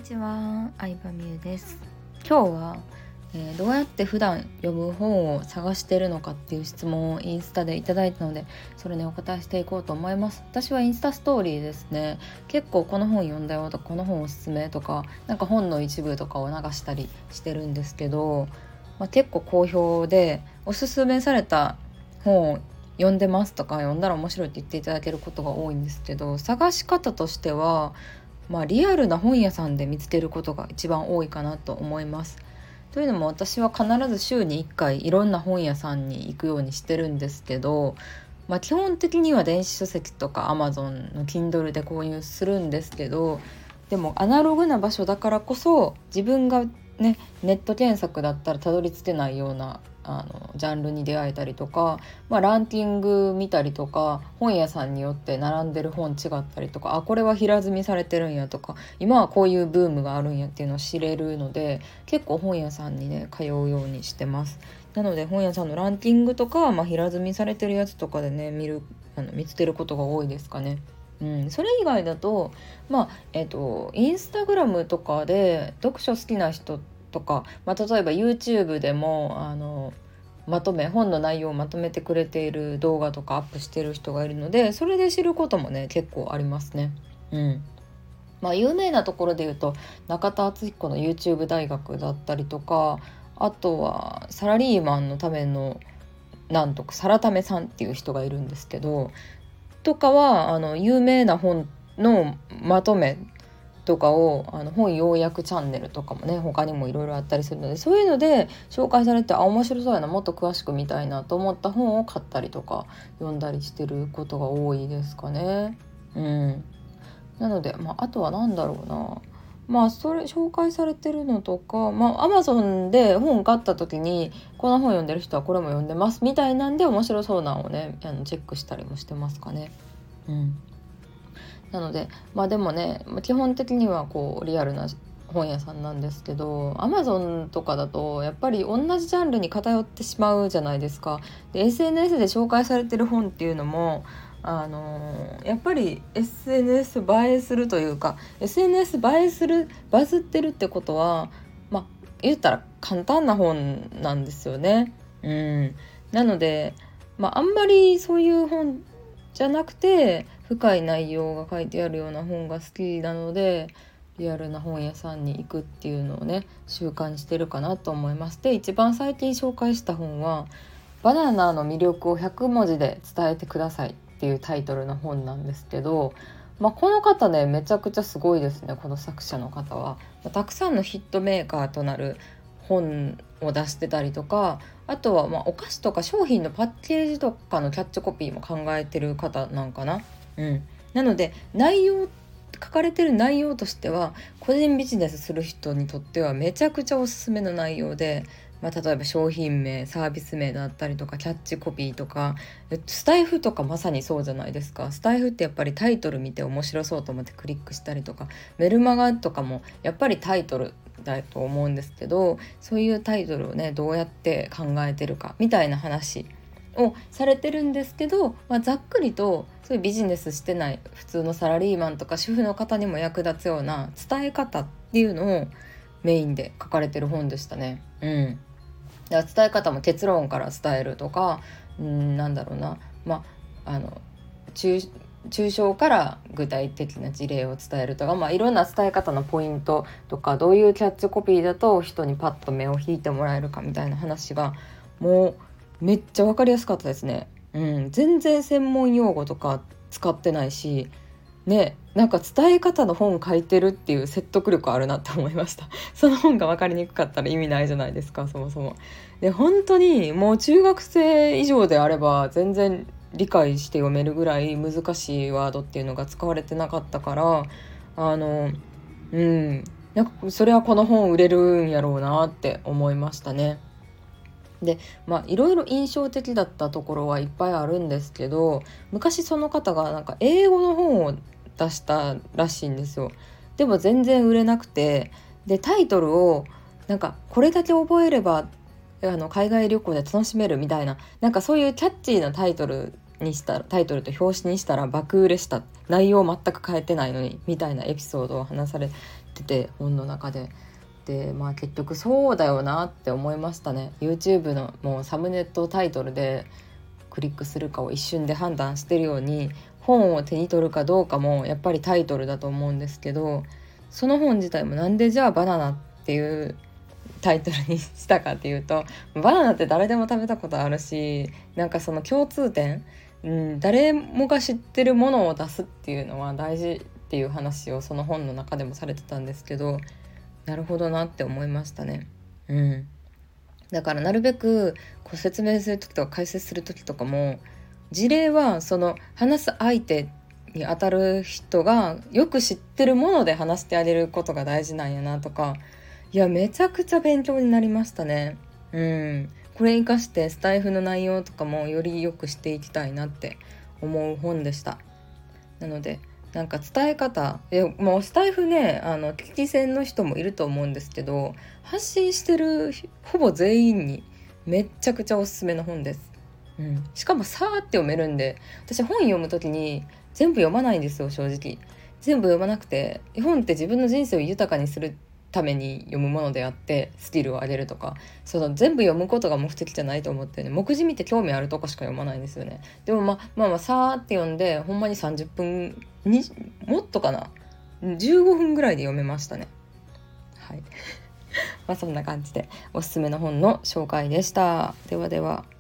ちは、相葉美優です。今日は、どうやって普段読む本を探しているのかっていう質問をインスタでいただいたので、それにお答えしていこうと思います。私はインスタストーリーですね、結構この本読んだよとか、この本おすすめとか、なんか本の一部とかを流したりしてるんですけど、結構好評で、おすすめされた本を読んでますとか、読んだら面白いって言っていただけることが多いんですけど、探し方としてはリアルな本屋さんで見つけることが一番多いかなと思います。というのも私は必ず週に1回いろんな本屋さんに行くようにしてるんですけど、基本的には電子書籍とか Amazon の Kindle で購入するんですけど、でもアナログな場所だからこそ自分がね、ネット検索だったらたどり着けないようなジャンルに出会えたりとか、ランキング見たりとか、本屋さんによって並んでる本違ったりとか、これは平積みされてるんやとか、今はこういうブームがあるんやっていうのを知れるので、結構本屋さんにね通うようにしてます。なので本屋さんのランキングとか、平積みされてるやつとかでね見つけることが多いですかね。それ以外だと、インスタグラムとかで読書好きな人とか、例えば YouTube でも本の内容をまとめてくれている動画とかアップしてる人がいるので、それで知ることもね結構ありますね。有名なところで言うと中田敦彦の YouTube 大学だったりとか、あとはサラリーマンのためのなんとかサラタメさんっていう人がいるんですけど、とかは有名な本のまとめとかを本要約チャンネルとかもね他にもいろいろあったりするので、そういうので紹介されて面白そうやな、もっと詳しく見たいなと思った本を買ったりとか読んだりしてることが多いですかね。なので、あとは何だろうな、それ紹介されてるのとか、Amazon で本買った時にこの本読んでる人はこれも読んでますみたいなんで面白そうなのをねチェックしたりもしてますかね。なのででもね、基本的にはこうリアルな本屋さんなんですけど、 Amazon とかだとやっぱり同じジャンルに偏ってしまうじゃないですか。で SNS で紹介されてる本っていうのもやっぱり SNS 映えするというか、 SNS 映えするバズってるってことは言ったら簡単な本なんですよね。なのであんまりそういう本じゃなくて深い内容が書いてあるような本が好きなので、リアルな本屋さんに行くっていうのをね習慣にしてるかなと思います。で一番最近紹介した本はバナナの魅力を100文字で伝えてくださいっていうタイトルの本なんですけど、この方ねめちゃくちゃすごいですね。この作者の方はたくさんのヒットメーカーとなる本を出してたりとか、あとはお菓子とか商品のパッケージとかのキャッチコピーも考えてる方なんかな。なので書かれてる内容としては個人ビジネスする人にとってはめちゃくちゃおすすめの内容で、例えば商品名、サービス名だったりとかキャッチコピーとか、スタイフとかまさにそうじゃないですか。スタイフってやっぱりタイトル見て面白そうと思ってクリックしたりとか、メルマガとかもやっぱりタイトルだと思うんですけど、そういうタイトルをねどうやって考えてるかみたいな話をされてるんですけど、ざっくりとそういうビジネスしてない普通のサラリーマンとか主婦の方にも役立つような伝え方っていうのをメインで書かれてる本でしたね。だから伝え方も結論から伝えるとか、抽象から具体的な事例を伝えるとか、いろんな伝え方のポイントとか、どういうキャッチコピーだと人にパッと目を引いてもらえるかみたいな話がもうめっちゃ分かりやすかったですね。全然専門用語とか使ってないしね、なんか伝え方の本書いてるっていう説得力あるなって思いました。その本が分かりにくかったら意味ないじゃないですか、そもそも。で本当にもう中学生以上であれば全然理解して読めるぐらい難しいワードっていうのが使われてなかったから、なんかそれはこの本売れるんやろうなって思いましたね。でいろいろ印象的だったところはいっぱいあるんですけど、昔その方がなんか英語の本を出したらしいんですよ。でも全然売れなくて、でタイトルをなんかこれだけ覚えれば海外旅行で楽しめるみたいな、なんかそういうキャッチーなタイトルと表紙にしたら爆売れした、内容全く変えてないのにみたいなエピソードを話されってて、本の中で。で結局そうだよなって思いましたね。 YouTube のもうサムネとタイトルでクリックするかを一瞬で判断してるように、本を手に取るかどうかもやっぱりタイトルだと思うんですけど、その本自体もなんでじゃあバナナっていうタイトルにしたかっていうと、バナナって誰でも食べたことあるし、なんかその共通点、誰もが知ってるものを出すっていうのは大事っていう話をその本の中でもされてたんですけど、なるほどなって思いましたね。だからなるべくこう説明する時とか解説する時とかも、事例はその話す相手に当たる人がよく知ってるもので話してあげることが大事なんやなとか、いやめちゃくちゃ勉強になりましたね。これに活かしてスタイフの内容とかもより良くしていきたいなって思う本でした。なのでなんか伝え方、もうスタイフね、聞き戦の人もいると思うんですけど、発信してるほぼ全員にめっちゃくちゃおすすめの本です。しかもさーって読めるんで、私本読むときに全部読まないんですよ、正直。全部読まなくて、本って自分の人生を豊かにするために読むものであって、スキルを上げるとか、その全部読むことが目的じゃないと思ってね、目次見て興味あるとこしか読まないんですよね。でもさーって読んで、ほんまに30分にもっとかな、15分ぐらいで読めましたね。はいそんな感じでおすすめの本の紹介でした。ではでは。